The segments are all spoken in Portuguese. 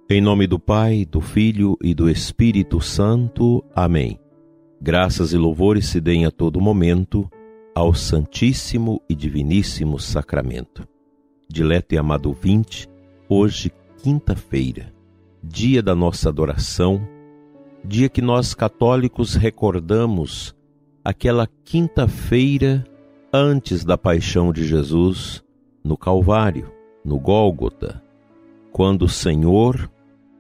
Em nome do Pai, do Filho e do Espírito Santo. Amém. Graças e louvores se deem a todo momento ao Santíssimo e Diviníssimo Sacramento. Dileto e amado ouvinte, hoje, quinta-feira, dia da nossa adoração, dia que nós católicos recordamos aquela quinta-feira antes da paixão de Jesus no Calvário, no Gólgota, quando o Senhor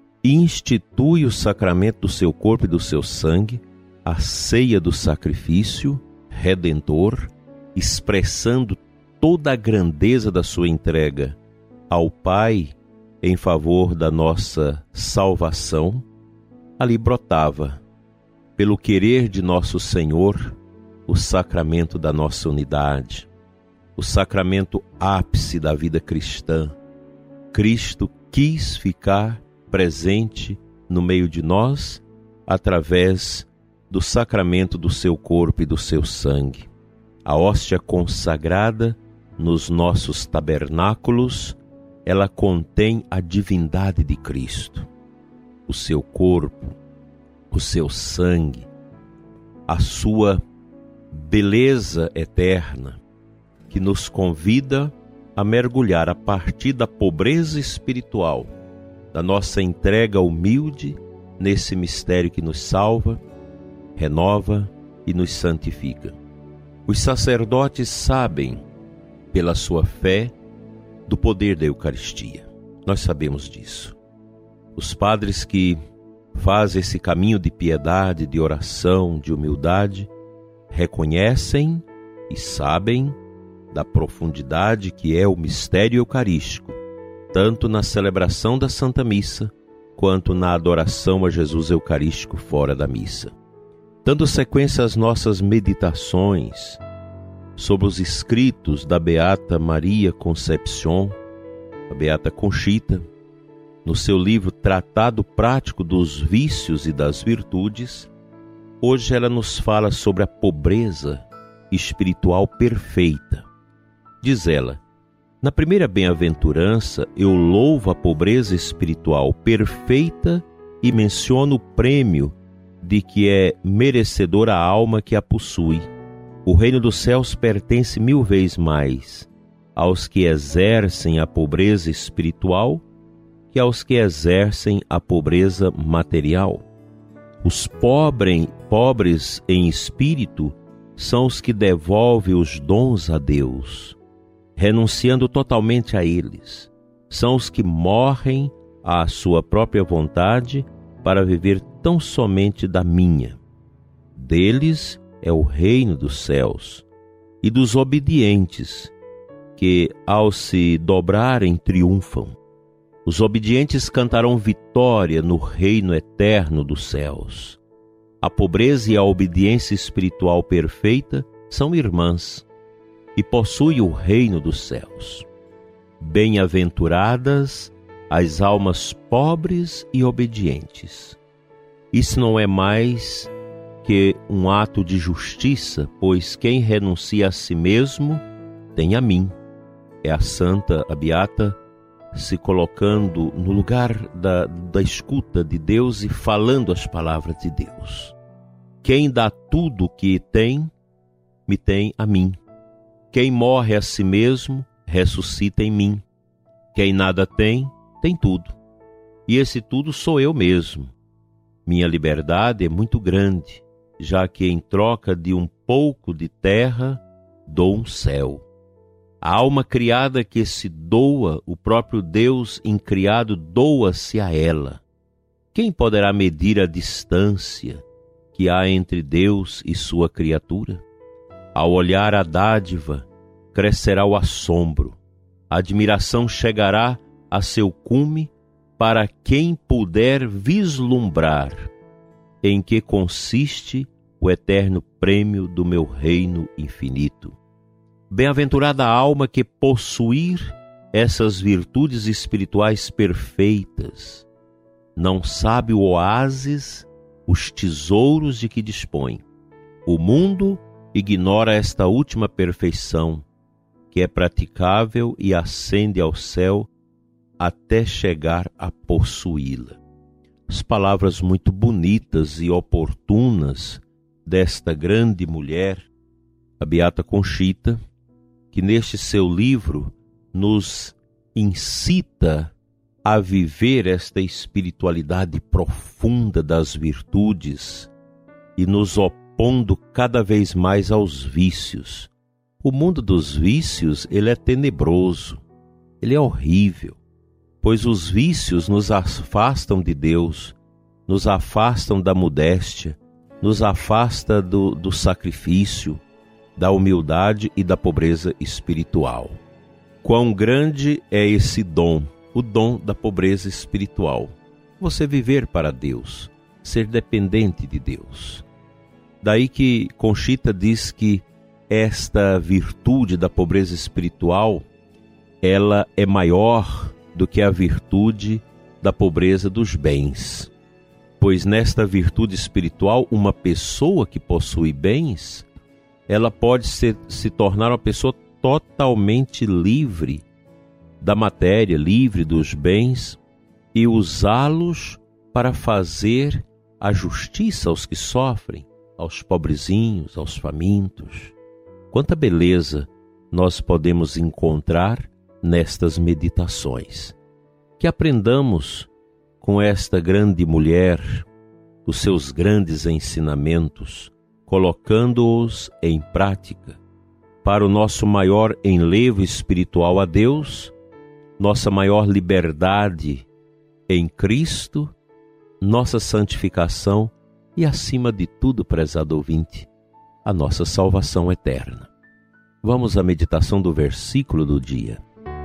institui o sacramento do seu corpo e do seu sangue, a ceia do sacrifício redentor, expressando toda a grandeza da sua entrega ao Pai em favor da nossa salvação. Ali brotava, pelo querer de nosso Senhor, o sacramento da nossa unidade, o sacramento ápice da vida cristã. Cristo quis ficar presente no meio de nós através do sacramento do seu corpo e do seu sangue. A hóstia consagrada nos nossos tabernáculos, ela contém a divindade de Cristo, o seu corpo, o seu sangue, a sua beleza eterna, que nos convida a mergulhar a partir da pobreza espiritual, da nossa entrega humilde nesse mistério que nos salva, renova e nos santifica. Os sacerdotes sabem, pela sua fé, do poder da Eucaristia. Nós sabemos disso. Os padres que fazem esse caminho de piedade, de oração, de humildade, reconhecem e sabem da profundidade que é o mistério eucarístico, tanto na celebração da Santa Missa, quanto na adoração a Jesus Eucarístico fora da missa. Dando sequência às nossas meditações sobre os escritos da Beata Maria Concepción, a Beata Conchita, no seu livro Tratado Prático dos Vícios e das Virtudes, hoje ela nos fala sobre a pobreza espiritual perfeita. Diz ela: na primeira bem-aventurança, eu louvo a pobreza espiritual perfeita e menciono o prêmio de que é merecedora a alma que a possui. O reino dos céus pertence 1000 vezes mais aos que exercem a pobreza espiritual que aos que exercem a pobreza material. Os pobres em espírito são os que devolvem os dons a Deus, renunciando totalmente a eles. São os que morrem à sua própria vontade para viver tão somente da minha. Deles é o reino dos céus, e dos obedientes, que ao se dobrarem triunfam. Os obedientes cantarão vitória no reino eterno dos céus. A pobreza e a obediência espiritual perfeita são irmãs e possuem o reino dos céus. Bem-aventuradas as almas pobres e obedientes. Isso não é mais que um ato de justiça, pois quem renuncia a si mesmo tem a mim. É a santa, a beata, se colocando no lugar da escuta de Deus e falando as palavras de Deus. Quem dá tudo o que tem, me tem a mim. Quem morre a si mesmo, ressuscita em mim. Quem nada tem, tem tudo. E esse tudo sou eu mesmo. Minha liberdade é muito grande, já que em troca de um pouco de terra, dou um céu. A alma criada que se doa, o próprio Deus incriado doa-se a ela. Quem poderá medir a distância que há entre Deus e sua criatura? Ao olhar a dádiva, crescerá o assombro. A admiração chegará a seu cume para quem puder vislumbrar em que consiste o eterno prêmio do meu reino infinito. Bem-aventurada a alma que possuir essas virtudes espirituais perfeitas, não sabe o oásis, os tesouros de que dispõe. O mundo ignora esta última perfeição, que é praticável e ascende ao céu até chegar a possuí-la. As palavras muito bonitas e oportunas desta grande mulher, a Beata Conchita, que neste seu livro nos incita a viver esta espiritualidade profunda das virtudes e nos opondo cada vez mais aos vícios. O mundo dos vícios, ele é tenebroso, ele é horrível, pois os vícios nos afastam de Deus, nos afastam da modéstia, nos afasta do sacrifício, da humildade e da pobreza espiritual. Quão grande é esse dom, o dom da pobreza espiritual. Você viver para Deus, ser dependente de Deus. Daí que Conchita diz que esta virtude da pobreza espiritual, ela é maior do que a virtude da pobreza dos bens. Pois nesta virtude espiritual, uma pessoa que possui bens, ela pode se tornar uma pessoa totalmente livre da matéria, livre dos bens, e usá-los para fazer a justiça aos que sofrem, aos pobrezinhos, aos famintos. Quanta beleza nós podemos encontrar nestas meditações. Que aprendamos com esta grande mulher os seus grandes ensinamentos, colocando-os em prática para o nosso maior enlevo espiritual a Deus, nossa maior liberdade em Cristo, nossa santificação e, acima de tudo, prezado ouvinte, a nossa salvação eterna. Vamos à meditação do versículo do dia.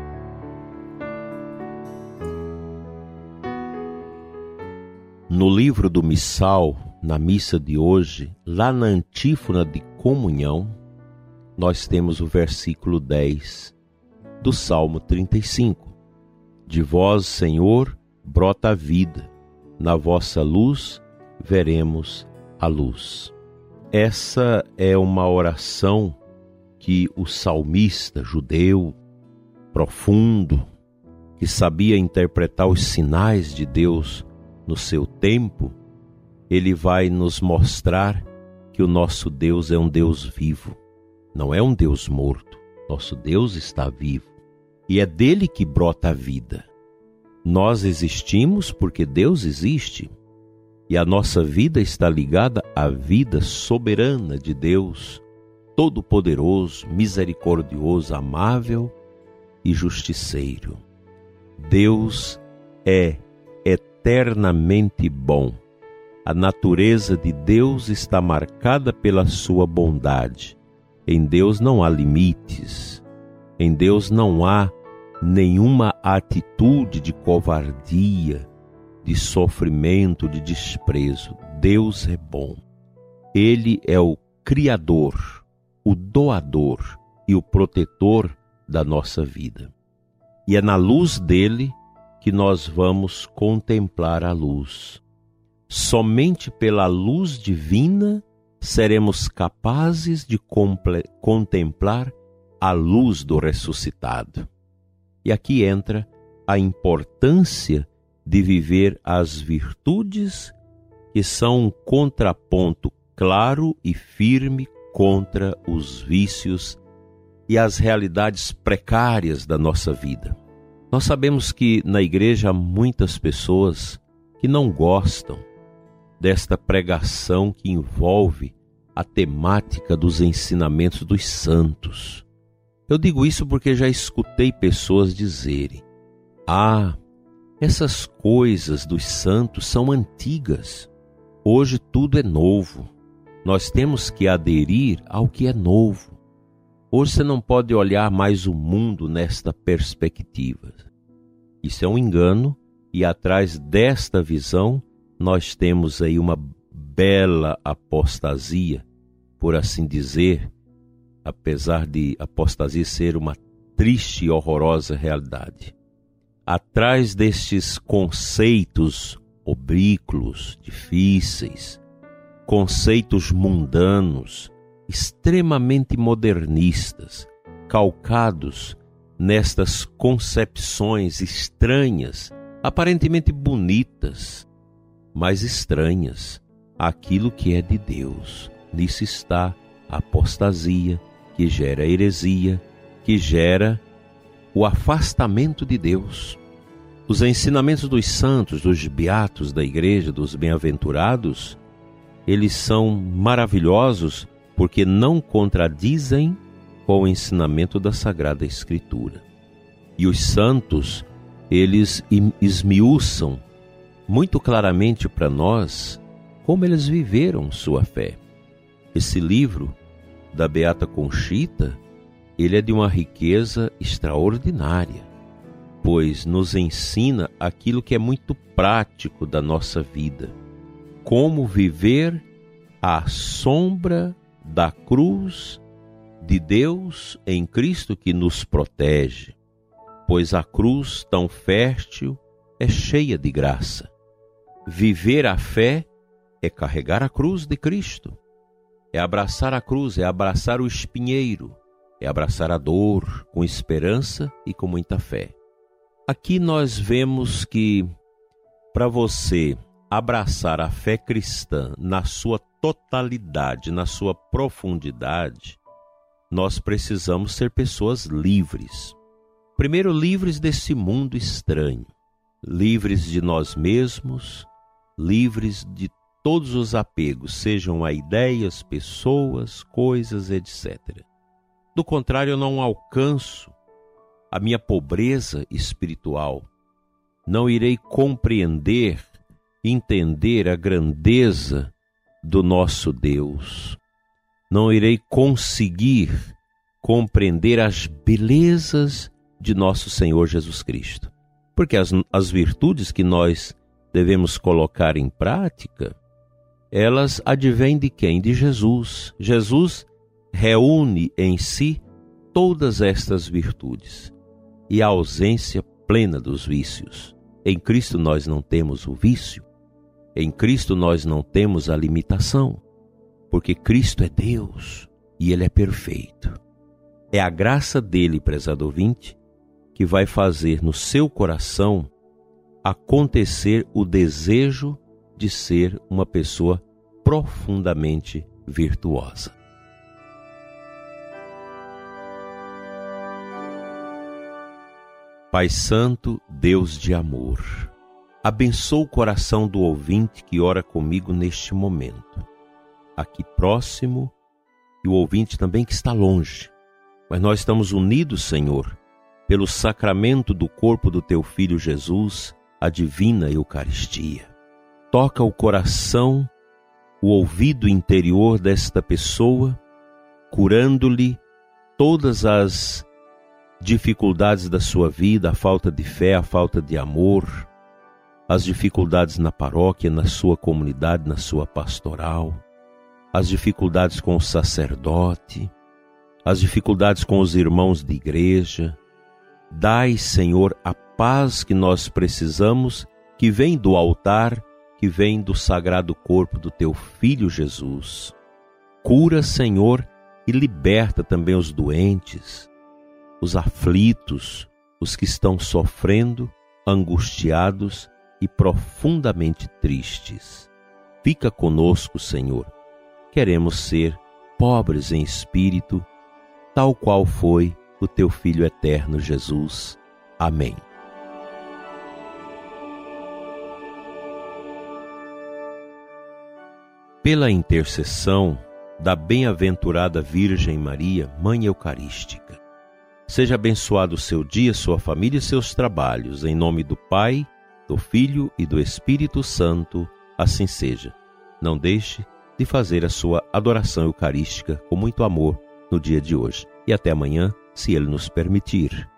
No livro do Missal, na missa de hoje, lá na antífona de comunhão, nós temos o versículo 10 do Salmo 35. De vós, Senhor, brota a vida, na vossa luz veremos a luz. Essa é uma oração que o salmista judeu, profundo, que sabia interpretar os sinais de Deus no seu tempo, ele vai nos mostrar que o nosso Deus é um Deus vivo, não é um Deus morto. Nosso Deus está vivo e é dele que brota a vida. Nós existimos porque Deus existe e a nossa vida está ligada à vida soberana de Deus, todo-poderoso, misericordioso, amável e justiceiro. Deus é eternamente bom. A natureza de Deus está marcada pela sua bondade. Em Deus não há limites. Em Deus não há nenhuma atitude de covardia, de sofrimento, de desprezo. Deus é bom. Ele é o Criador, o doador e o protetor da nossa vida. E é na luz dele que nós vamos contemplar a luz. Somente pela luz divina seremos capazes de contemplar a luz do ressuscitado. E aqui entra a importância de viver as virtudes que são um contraponto claro e firme contra os vícios e as realidades precárias da nossa vida. Nós sabemos que na igreja há muitas pessoas que não gostam desta pregação que envolve a temática dos ensinamentos dos santos. Eu digo isso porque já escutei pessoas dizerem: essas coisas dos santos são antigas, hoje tudo é novo, nós temos que aderir ao que é novo. Hoje você não pode olhar mais o mundo nesta perspectiva. Isso é um engano e atrás desta visão nós temos aí uma bela apostasia, por assim dizer, apesar de apostasia ser uma triste e horrorosa realidade. Atrás destes conceitos oblíquos, difíceis, conceitos mundanos, extremamente modernistas, calcados nestas concepções estranhas, aparentemente bonitas, mas estranhas àquilo que é de Deus. Nisso está a apostasia, que gera heresia, que gera o afastamento de Deus. Os ensinamentos dos santos, dos beatos da igreja, dos bem-aventurados, eles são maravilhosos porque não contradizem com o ensinamento da Sagrada Escritura. E os santos, eles esmiuçam muito claramente para nós como eles viveram sua fé. Esse livro da Beata Conchita, ele é de uma riqueza extraordinária, pois nos ensina aquilo que é muito prático da nossa vida. Como viver à sombra da cruz de Deus em Cristo que nos protege, pois a cruz tão fértil é cheia de graça. Viver a fé é carregar a cruz de Cristo, é abraçar a cruz, é abraçar o espinheiro, é abraçar a dor com esperança e com muita fé. Aqui nós vemos que para você abraçar a fé cristã na sua totalidade, na sua profundidade, nós precisamos ser pessoas livres. Primeiro, livres desse mundo estranho, livres de nós mesmos, livres de todos os apegos, sejam a ideias, pessoas, coisas, etc. Do contrário, eu não alcanço a minha pobreza espiritual, não irei compreender, entender a grandeza do nosso Deus, não irei conseguir compreender as belezas de nosso Senhor Jesus Cristo, porque as virtudes que nós devemos colocar em prática, elas advêm de quem? De Jesus. Jesus reúne em si todas estas virtudes e a ausência plena dos vícios. Em Cristo nós não temos o vício, em Cristo nós não temos a limitação, porque Cristo é Deus e Ele é perfeito. É a graça dele, prezado ouvinte, que vai fazer no seu coração acontecer o desejo de ser uma pessoa profundamente virtuosa. Pai Santo, Deus de amor, abençoa o coração do ouvinte que ora comigo neste momento, aqui próximo, e o ouvinte também que está longe, mas nós estamos unidos, Senhor, pelo sacramento do corpo do Teu Filho Jesus, a divina Eucaristia. Toca o coração, o ouvido interior desta pessoa, curando-lhe todas as dificuldades da sua vida, a falta de fé, a falta de amor, as dificuldades na paróquia, na sua comunidade, na sua pastoral, as dificuldades com o sacerdote, as dificuldades com os irmãos de igreja. Dai, Senhor, a paz que nós precisamos, que vem do altar, que vem do sagrado corpo do Teu Filho Jesus. Cura, Senhor, e liberta também os doentes, os aflitos, os que estão sofrendo, angustiados e profundamente tristes. Fica conosco, Senhor. Queremos ser pobres em espírito, tal qual foi o Teu Filho eterno Jesus. Amém. Pela intercessão da bem-aventurada Virgem Maria, Mãe Eucarística, seja abençoado o seu dia, sua família e seus trabalhos, em nome do Pai, do Filho e do Espírito Santo, assim seja. Não deixe de fazer a sua adoração eucarística com muito amor no dia de hoje. E até amanhã, se Ele nos permitir.